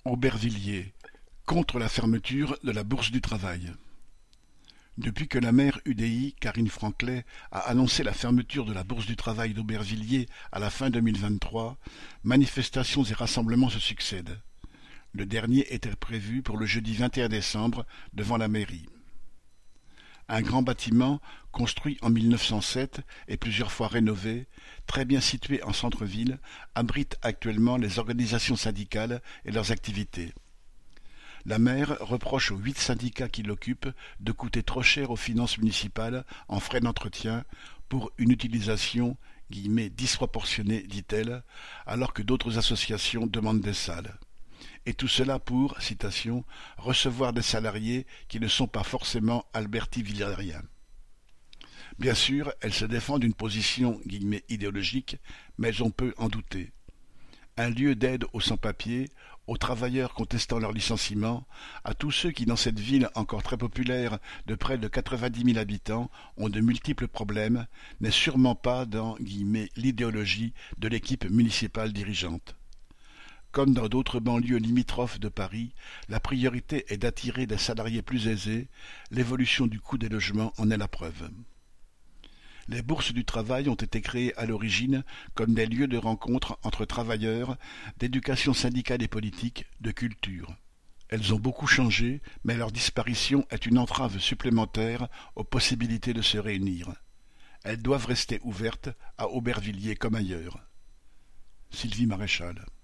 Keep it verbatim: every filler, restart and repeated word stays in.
Aubervilliers, contre la fermeture de la Bourse du Travail. Depuis que la maire U D I, Karine Franklet, a annoncé la fermeture de la Bourse du Travail d'Aubervilliers à la fin deux mille vingt-trois, manifestations et rassemblements se succèdent. Le dernier était prévu pour le jeudi vingt et un décembre devant la mairie. Un grand bâtiment, construit en mille neuf cent sept et plusieurs fois rénové, très bien situé en centre-ville, abrite actuellement les organisations syndicales et leurs activités. La maire reproche aux huit syndicats qui l'occupent de coûter trop cher aux finances municipales en frais d'entretien pour une utilisation guillemets, disproportionnée, dit-elle, alors que d'autres associations demandent des salles. Et tout cela pour, citation, recevoir des salariés qui ne sont pas forcément alberti-villariens. Bien sûr, elle se défend d'une position guillemets, idéologique, mais on peut en douter. Un lieu d'aide aux sans-papiers, aux travailleurs contestant leur licenciement, à tous ceux qui dans cette ville encore très populaire de près de quatre-vingt-dix mille habitants ont de multiples problèmes, n'est sûrement pas dans guillemets, l'idéologie de l'équipe municipale dirigeante. Comme dans d'autres banlieues limitrophes de Paris, la priorité est d'attirer des salariés plus aisés, l'évolution du coût des logements en est la preuve. Les bourses du travail ont été créées à l'origine comme des lieux de rencontre entre travailleurs, d'éducation syndicale et politique, de culture. Elles ont beaucoup changé, mais leur disparition est une entrave supplémentaire aux possibilités de se réunir. Elles doivent rester ouvertes à Aubervilliers comme ailleurs. Sylvie Maréchal.